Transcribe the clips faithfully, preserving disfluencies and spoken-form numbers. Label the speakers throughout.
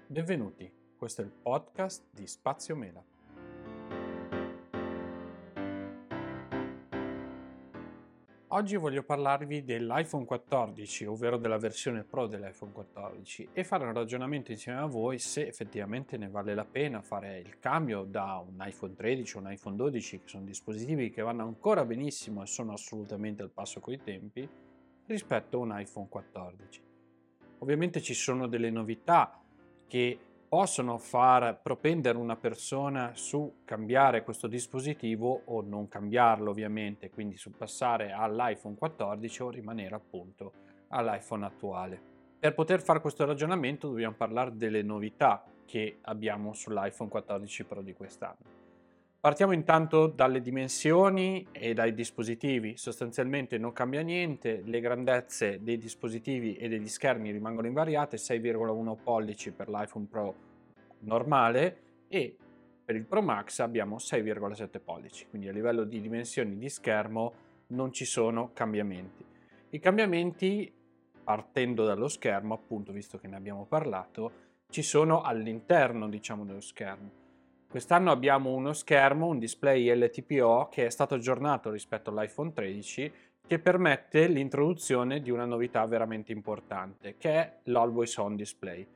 Speaker 1: Benvenuti, questo è il podcast di Spazio Mela. Oggi voglio parlarvi dell'iPhone quattordici, ovvero della versione Pro dell'iPhone quattordici, e fare un ragionamento insieme a voi se effettivamente ne vale la pena fare il cambio da un iPhone tredici o un iPhone dodici, che sono dispositivi che vanno ancora benissimo e sono assolutamente al passo coi tempi, rispetto a un iPhone quattordici. Ovviamente ci sono delle novità che possono far propendere una persona su cambiare questo dispositivo o non cambiarlo, ovviamente, quindi su passare all'iPhone quattordici o rimanere appunto all'iPhone attuale. Per poter fare questo ragionamento dobbiamo parlare delle novità che abbiamo sull'iPhone quattordici Pro di quest'anno. Partiamo intanto dalle dimensioni e dai dispositivi. Sostanzialmente non cambia niente, le grandezze dei dispositivi e degli schermi rimangono invariate, sei virgola uno pollici per l'iPhone Pro normale e per il Pro Max abbiamo sei virgola sette pollici, quindi a livello di dimensioni di schermo non ci sono cambiamenti. I cambiamenti, partendo dallo schermo, appunto, visto che ne abbiamo parlato, ci sono all'interno, diciamo, dello schermo. Quest'anno abbiamo uno schermo, un display L T P O che è stato aggiornato rispetto all'iPhone tredici, che permette l'introduzione di una novità veramente importante, che è l'Always On Display.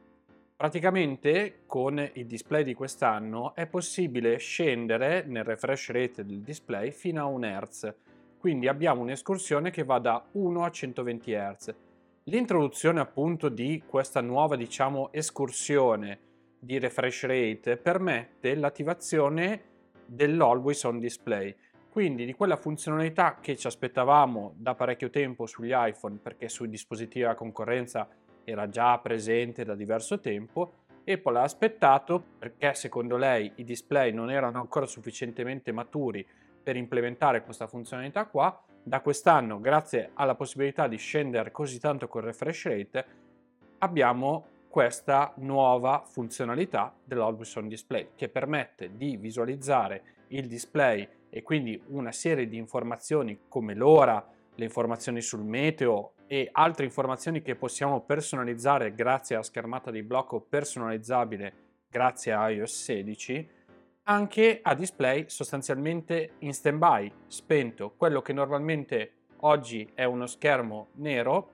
Speaker 1: Praticamente con il display di quest'anno è possibile scendere nel refresh rate del display fino a un hertz, quindi abbiamo un'escursione che va da uno a centoventi hertz. L'introduzione appunto di questa nuova, diciamo, escursione di refresh rate permette l'attivazione dell'Always On Display, quindi di quella funzionalità che ci aspettavamo da parecchio tempo sugli iPhone, perché sui dispositivi a concorrenza era già presente da diverso tempo. Apple ha aspettato perché secondo lei i display non erano ancora sufficientemente maturi per implementare questa funzionalità qua. Da quest'anno, grazie alla possibilità di scendere così tanto col refresh rate, abbiamo questa nuova funzionalità dell'Always On Display che permette di visualizzare il display e quindi una serie di informazioni come l'ora, le informazioni sul meteo e altre informazioni che possiamo personalizzare grazie a schermata di blocco personalizzabile grazie a iOS sedici, anche a display sostanzialmente in stand-by, spento. Quello che normalmente oggi è uno schermo nero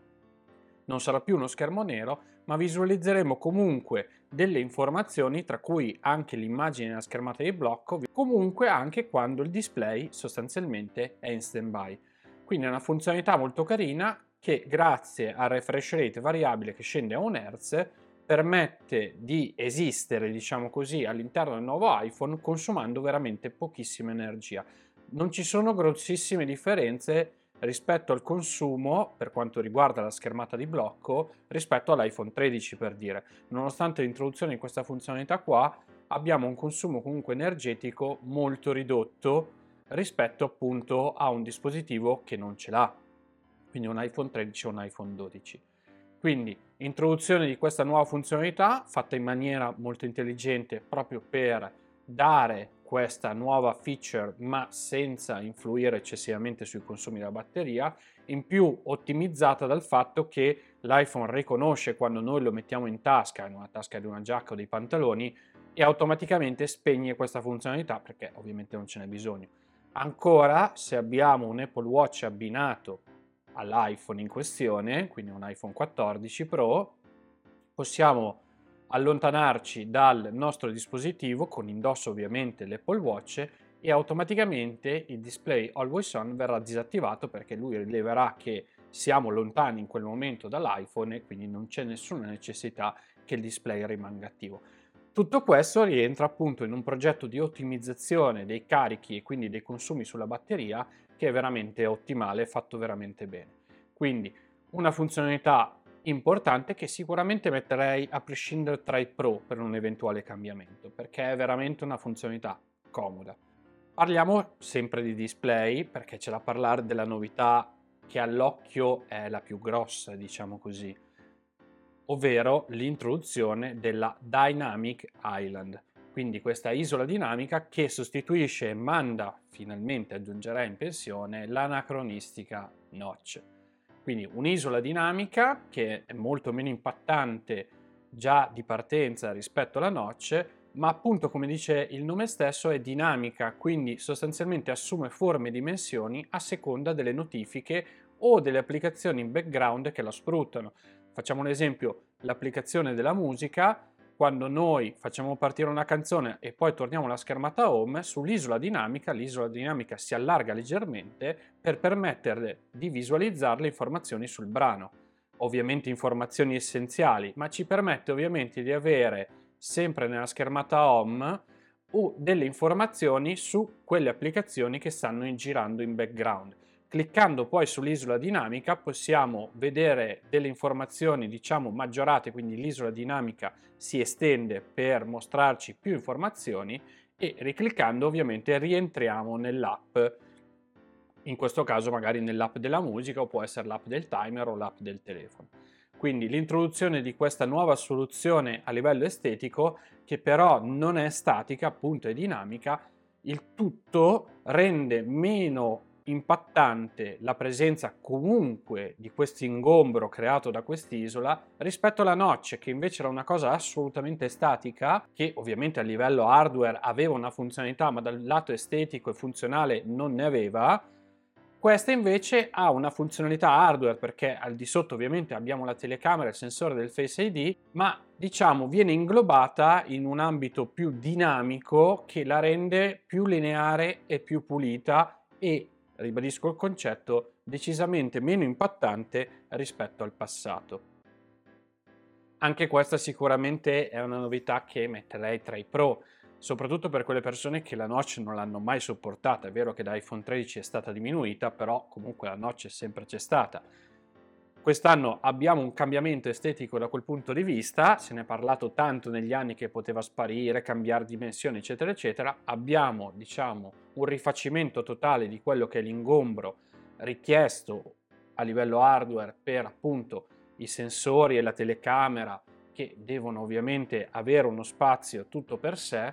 Speaker 1: non sarà più uno schermo nero, ma visualizzeremo comunque delle informazioni, tra cui anche l'immagine della schermata di blocco, comunque anche quando il display sostanzialmente è in stand-by. Quindi è una funzionalità molto carina che, grazie al refresh rate variabile che scende a un hertz, permette di esistere, diciamo così, all'interno del nuovo iPhone consumando veramente pochissima energia. Non ci sono grossissime differenze rispetto al consumo per quanto riguarda la schermata di blocco rispetto all'iPhone tredici, per dire. Nonostante l'introduzione di questa funzionalità qua, abbiamo un consumo comunque energetico molto ridotto rispetto appunto a un dispositivo che non ce l'ha, quindi un iPhone tredici o un iPhone dodici. Quindi introduzione di questa nuova funzionalità fatta in maniera molto intelligente proprio per dare questa nuova feature ma senza influire eccessivamente sui consumi della batteria, in più ottimizzata dal fatto che l'iPhone riconosce quando noi lo mettiamo in tasca, in una tasca di una giacca o dei pantaloni, e automaticamente spegne questa funzionalità perché ovviamente non ce n'è bisogno. Ancora, se abbiamo un Apple Watch abbinato all'iPhone in questione, quindi un iPhone quattordici Pro, possiamo allontanarci dal nostro dispositivo con indosso ovviamente l'Apple Watch e automaticamente il display Always On verrà disattivato perché lui rileverà che siamo lontani in quel momento dall'iPhone e quindi non c'è nessuna necessità che il display rimanga attivo. Tutto questo rientra appunto in un progetto di ottimizzazione dei carichi e quindi dei consumi sulla batteria che è veramente ottimale, fatto veramente bene. Quindi una funzionalità importante che sicuramente metterei a prescindere tra i pro per un eventuale cambiamento, perché è veramente una funzionalità comoda. Parliamo sempre di display, perché c'è da parlare della novità che all'occhio è la più grossa, diciamo così, ovvero l'introduzione della Dynamic Island. Quindi questa isola dinamica che sostituisce e manda, finalmente aggiungerà in pensione, l'anacronistica Notch. Quindi un'isola dinamica che è molto meno impattante già di partenza rispetto alla notch, ma appunto come dice il nome stesso è dinamica, quindi sostanzialmente assume forme e dimensioni a seconda delle notifiche o delle applicazioni in background che la sfruttano. Facciamo un esempio, l'applicazione della musica. Quando noi facciamo partire una canzone e poi torniamo alla schermata home, sull'isola dinamica, l'isola dinamica si allarga leggermente per permettere di visualizzare le informazioni sul brano. Ovviamente informazioni essenziali, ma ci permette ovviamente di avere sempre nella schermata home o delle informazioni su quelle applicazioni che stanno girando in background. Cliccando poi sull'isola dinamica possiamo vedere delle informazioni, diciamo, maggiorate, quindi l'isola dinamica si estende per mostrarci più informazioni e ricliccando ovviamente rientriamo nell'app, in questo caso magari nell'app della musica o può essere l'app del timer o l'app del telefono. Quindi l'introduzione di questa nuova soluzione a livello estetico, che però non è statica, appunto è dinamica, il tutto rende meno impattante la presenza comunque di questo ingombro creato da quest'isola rispetto alla notch, che invece era una cosa assolutamente statica, che ovviamente a livello hardware aveva una funzionalità ma dal lato estetico e funzionale non ne aveva. Questa invece ha una funzionalità hardware perché al di sotto ovviamente abbiamo la telecamera e il sensore del Face I D, ma diciamo viene inglobata in un ambito più dinamico che la rende più lineare e più pulita e, ribadisco il concetto, decisamente meno impattante rispetto al passato. Anche questa sicuramente è una novità che metterei tra i pro, soprattutto per quelle persone che la notch non l'hanno mai sopportata. È vero che da iPhone tredici è stata diminuita, però comunque la notch è sempre c'è stata. Quest'anno abbiamo un cambiamento estetico da quel punto di vista, se ne è parlato tanto negli anni che poteva sparire, cambiare dimensioni, eccetera, eccetera. Abbiamo, diciamo, un rifacimento totale di quello che è l'ingombro richiesto a livello hardware per appunto i sensori e la telecamera, che devono ovviamente avere uno spazio tutto per sé.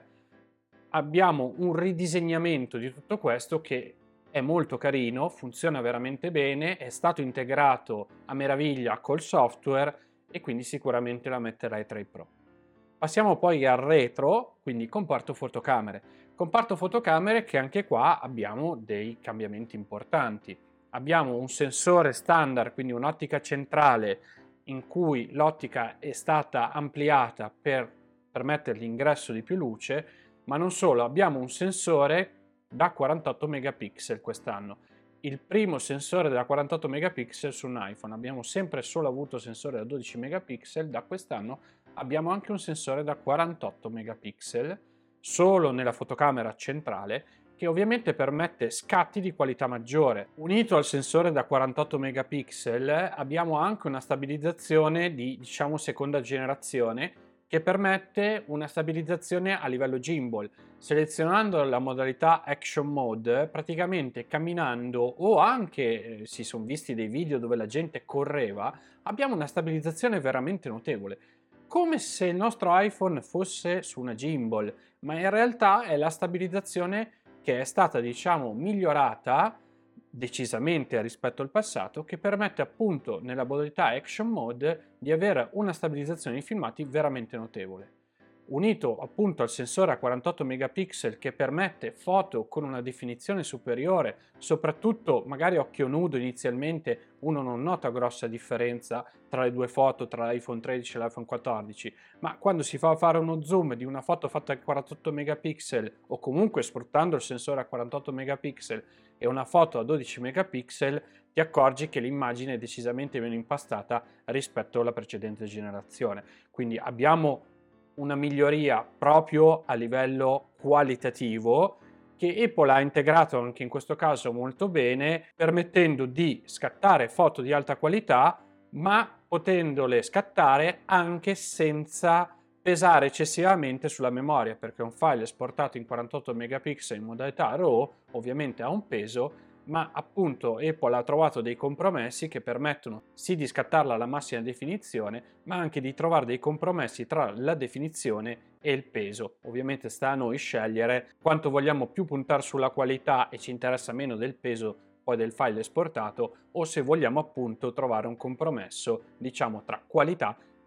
Speaker 1: Abbiamo un ridisegnamento di tutto questo che è molto carino, funziona veramente bene, è stato integrato a meraviglia col software e quindi sicuramente la metterei tra i pro. Passiamo poi al retro, quindi comparto fotocamere. Comparto fotocamere che anche qua abbiamo dei cambiamenti importanti. Abbiamo un sensore standard, quindi un'ottica centrale in cui l'ottica è stata ampliata per permettere l'ingresso di più luce, ma non solo, abbiamo un sensore da quarantotto megapixel quest'anno. Il primo sensore da quarantotto megapixel su un iPhone. Abbiamo sempre solo avuto sensore da dodici megapixel, da quest'anno abbiamo anche un sensore da quarantotto megapixel solo nella fotocamera centrale, che ovviamente permette scatti di qualità maggiore. Unito al sensore da quarantotto megapixel abbiamo anche una stabilizzazione di, diciamo, seconda generazione che permette una stabilizzazione a livello gimbal. Selezionando la modalità Action Mode, praticamente camminando o anche eh, si sono visti dei video dove la gente correva, abbiamo una stabilizzazione veramente notevole. Come se il nostro iPhone fosse su una gimbal, ma in realtà è la stabilizzazione che è stata, diciamo, migliorata decisamente rispetto al passato, che permette appunto nella modalità Action Mode di avere una stabilizzazione dei filmati veramente notevole. Unito appunto al sensore a quarantotto megapixel che permette foto con una definizione superiore, soprattutto magari a occhio nudo inizialmente uno non nota grossa differenza tra le due foto, tra l'iPhone tredici e l'iPhone quattordici, ma quando si fa fare uno zoom di una foto fatta a quarantotto megapixel o comunque sfruttando il sensore a quarantotto megapixel e una foto a dodici megapixel, ti accorgi che l'immagine è decisamente meno impastata rispetto alla precedente generazione. Quindi abbiamo una miglioria proprio a livello qualitativo che Apple ha integrato anche in questo caso molto bene, permettendo di scattare foto di alta qualità, ma potendole scattare anche senza pesare eccessivamente sulla memoria, perché un file esportato in quarantotto megapixel in modalità RAW ovviamente ha un peso, ma appunto Apple ha trovato dei compromessi che permettono sì di scattarla alla massima definizione, ma anche di trovare dei compromessi tra la definizione e il peso. Ovviamente sta a noi scegliere quanto vogliamo più puntare sulla qualità e ci interessa meno del peso poi del file esportato, o se vogliamo appunto trovare un compromesso, diciamo, tra qualità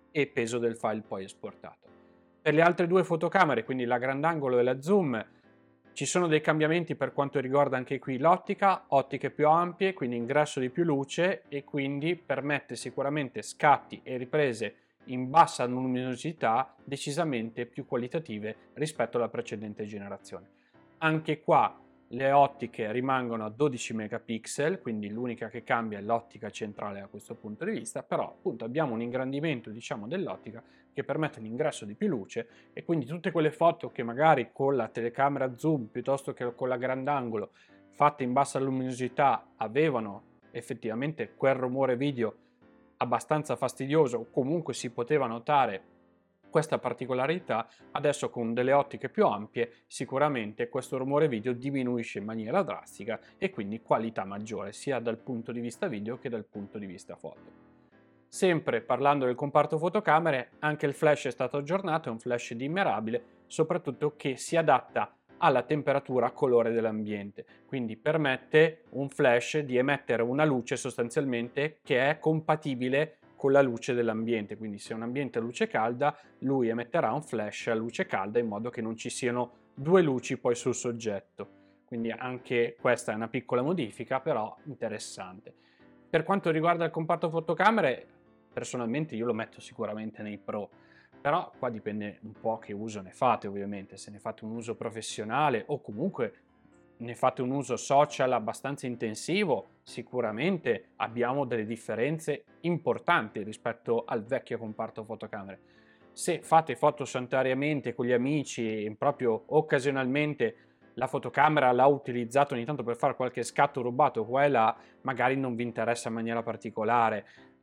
Speaker 1: e peso del file poi esportato. Per le altre due fotocamere, quindi la grandangolo e la zoom, ci sono dei cambiamenti per quanto riguarda anche qui l'ottica, ottiche più ampie, quindi ingresso di più luce e quindi permette sicuramente scatti e riprese in bassa luminosità decisamente più qualitative rispetto alla precedente generazione. Anche qua le ottiche rimangono a dodici megapixel, quindi l'unica che cambia è l'ottica centrale da questo punto di vista, però appunto abbiamo un ingrandimento, diciamo, dell'ottica che permette l'ingresso di più luce e quindi tutte quelle foto che magari con la telecamera zoom piuttosto che con la grandangolo fatte in bassa luminosità avevano effettivamente quel rumore video abbastanza fastidioso o comunque si poteva notare questa particolarità, adesso con delle ottiche più ampie sicuramente questo rumore video diminuisce in maniera drastica e quindi qualità maggiore sia dal punto di vista video che dal punto di vista foto. Sempre parlando del comparto fotocamere, anche il flash è stato aggiornato, è un flash dimmerabile, soprattutto che si adatta alla temperatura colore dell'ambiente, quindi permette un flash di emettere una luce sostanzialmente che è compatibile con la luce dell'ambiente, quindi se un ambiente a luce calda, lui emetterà un flash a luce calda in modo che non ci siano due luci poi sul soggetto. Quindi anche questa è una piccola modifica, però interessante. Per quanto riguarda il comparto fotocamere, personalmente io lo metto sicuramente nei pro, però qua dipende un po' che uso ne fate ovviamente, se ne fate un uso professionale o comunque ne fate un uso social abbastanza intensivo, sicuramente abbiamo delle differenze importanti rispetto al vecchio comparto fotocamere. Se fate foto sanitariamente con gli amici e proprio occasionalmente la fotocamera l'ha utilizzata ogni tanto per fare qualche scatto rubato qua e là, magari non vi interessa in maniera particolare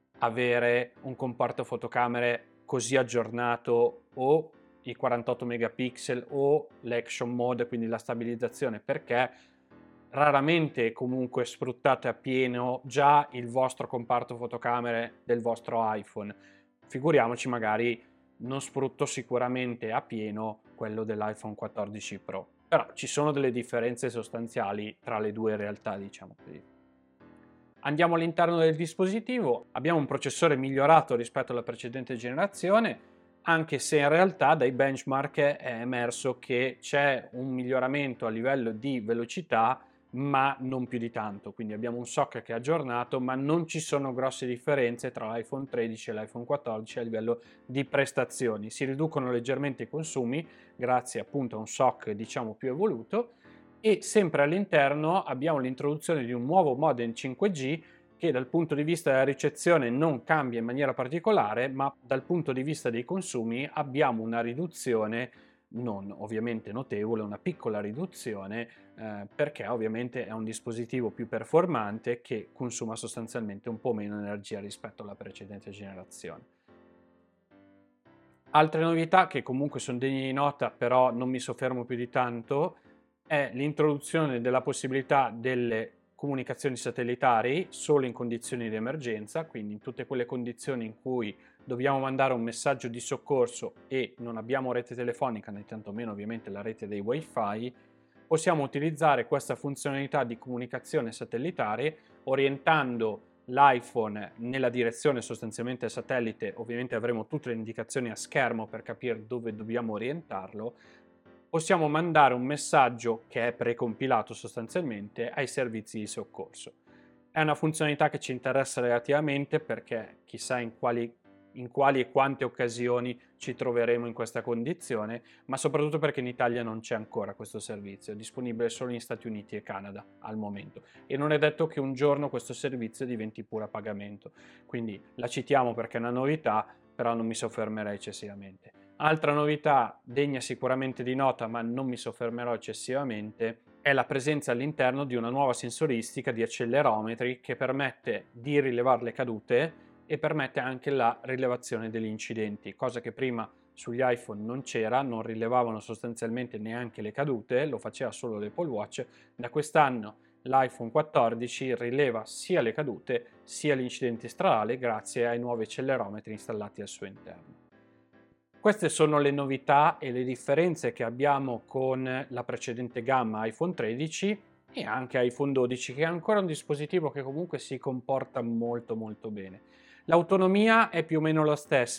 Speaker 1: avere un comparto fotocamere così aggiornato o i quarantotto megapixel o l'action mode, quindi la stabilizzazione, perché raramente comunque sfruttate appieno già il vostro comparto fotocamere del vostro iPhone. Figuriamoci, magari non sfrutto sicuramente appieno quello dell'iPhone quattordici Pro, però ci sono delle differenze sostanziali tra le due realtà, diciamo così. Andiamo all'interno del dispositivo, abbiamo un processore migliorato rispetto alla precedente generazione, anche se in realtà dai benchmark è emerso che c'è un miglioramento a livello di velocità, ma non più di tanto. Quindi abbiamo un socket che è aggiornato, ma non ci sono grosse differenze tra l'iPhone tredici e l'iPhone quattordici a livello di prestazioni. Si riducono leggermente i consumi grazie appunto a un socket diciamo più evoluto e sempre all'interno abbiamo l'introduzione di un nuovo modem cinque G che dal punto di vista della ricezione non cambia in maniera particolare, ma dal punto di vista dei consumi abbiamo una riduzione non ovviamente notevole, una piccola riduzione eh, perché ovviamente è un dispositivo più performante che consuma sostanzialmente un po' meno energia rispetto alla precedente generazione. Altre novità che comunque sono degne di nota, però non mi soffermo più di tanto, è l'introduzione della possibilità delle comunicazioni satellitari solo in condizioni di emergenza, quindi in tutte quelle condizioni in cui dobbiamo mandare un messaggio di soccorso e non abbiamo rete telefonica, né tantomeno ovviamente la rete dei wifi, possiamo utilizzare questa funzionalità di comunicazione satellitare orientando l'iPhone nella direzione sostanzialmente satellite. Ovviamente avremo tutte le indicazioni a schermo per capire dove dobbiamo orientarlo. Possiamo mandare un messaggio che è precompilato sostanzialmente ai servizi di soccorso. È una funzionalità che ci interessa relativamente perché chissà in quali, in quali e quante occasioni ci troveremo in questa condizione, ma soprattutto perché in Italia non c'è ancora questo servizio, è disponibile solo negli Stati Uniti e Canada al momento e non è detto che un giorno questo servizio diventi pure a pagamento, quindi la citiamo perché è una novità, però non mi soffermerei eccessivamente. Altra novità degna sicuramente di nota, ma non mi soffermerò eccessivamente, è la presenza all'interno di una nuova sensoristica di accelerometri che permette di rilevare le cadute e permette anche la rilevazione degli incidenti, cosa che prima sugli iPhone non c'era, non rilevavano sostanzialmente neanche le cadute, lo faceva solo l'Apple Watch. Da quest'anno l'iPhone quattordici rileva sia le cadute sia gli incidenti stradali grazie ai nuovi accelerometri installati al suo interno. Queste sono le novità e le differenze che abbiamo con la precedente gamma iPhone tredici e anche iPhone dodici, che è ancora un dispositivo che comunque si comporta molto molto bene. L'autonomia è più o meno la stessa,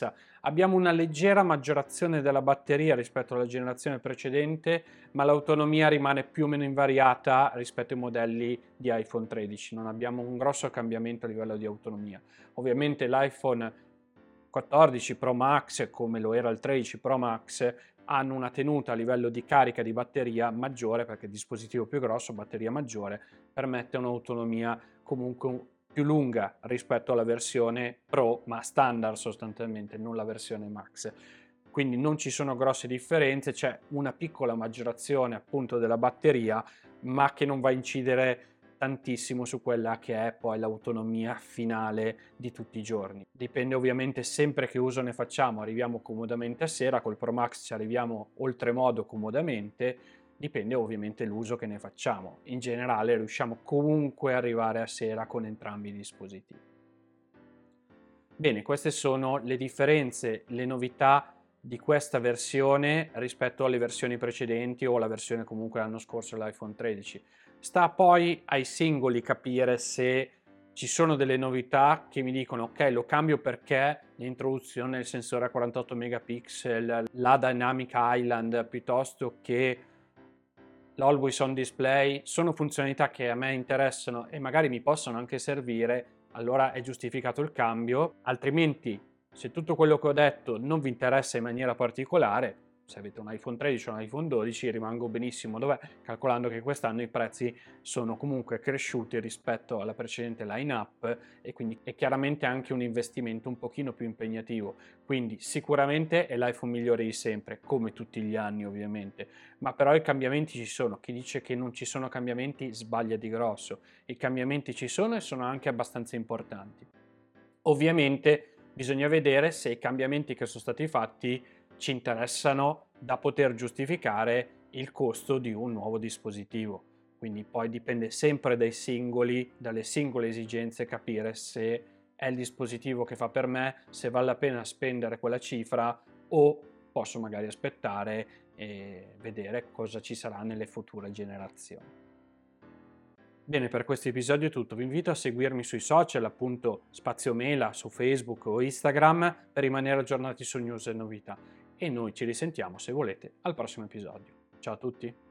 Speaker 1: Abbiamo una leggera maggiorazione della batteria rispetto alla generazione precedente, ma l'autonomia rimane più o meno invariata rispetto ai modelli di iPhone tredici. Non abbiamo un grosso cambiamento a livello di autonomia. Ovviamente l'iPhone quattordici Pro Max, come lo era il tredici Pro Max, hanno una tenuta a livello di carica di batteria maggiore, perché il dispositivo più grosso, batteria maggiore, permette un'autonomia comunque più lunga rispetto alla versione Pro, ma standard sostanzialmente, non la versione Max. Quindi non ci sono grosse differenze, c'è una piccola maggiorazione appunto della batteria, ma che non va a incidere tantissimo su quella che è poi l'autonomia finale di tutti i giorni. Dipende ovviamente sempre che uso ne facciamo, arriviamo comodamente a sera, col Pro Max ci arriviamo oltremodo comodamente, dipende ovviamente l'uso che ne facciamo. In generale riusciamo comunque ad arrivare a sera con entrambi i dispositivi. Bene, queste sono le differenze, le novità di questa versione rispetto alle versioni precedenti o alla versione comunque l'anno scorso dell'iPhone tredici. Sta poi ai singoli capire se ci sono delle novità che mi dicono ok, lo cambio perché l'introduzione del sensore a quarantotto megapixel, la Dynamic Island piuttosto che l'Always On Display sono funzionalità che a me interessano e magari mi possono anche servire, allora è giustificato il cambio, altrimenti se tutto quello che ho detto non vi interessa in maniera particolare, se avete un iPhone tredici o un iPhone dodici rimango benissimo dov'è, calcolando che quest'anno i prezzi sono comunque cresciuti rispetto alla precedente line-up e quindi è chiaramente anche un investimento un pochino più impegnativo, quindi sicuramente è l'iPhone migliore di sempre, come tutti gli anni ovviamente, ma però i cambiamenti ci sono, chi dice che non ci sono cambiamenti sbaglia di grosso, i cambiamenti ci sono e sono anche abbastanza importanti. Ovviamente bisogna vedere se i cambiamenti che sono stati fatti ci interessano da poter giustificare il costo di un nuovo dispositivo. Quindi poi dipende sempre dai singoli, dalle singole esigenze, capire se è il dispositivo che fa per me, se vale la pena spendere quella cifra o posso magari aspettare e vedere cosa ci sarà nelle future generazioni. Bene, per questo episodio è tutto. Vi invito a seguirmi sui social, appunto Spazio Mela su Facebook o Instagram per rimanere aggiornati su news e novità. E noi ci risentiamo, se volete, al prossimo episodio. Ciao a tutti!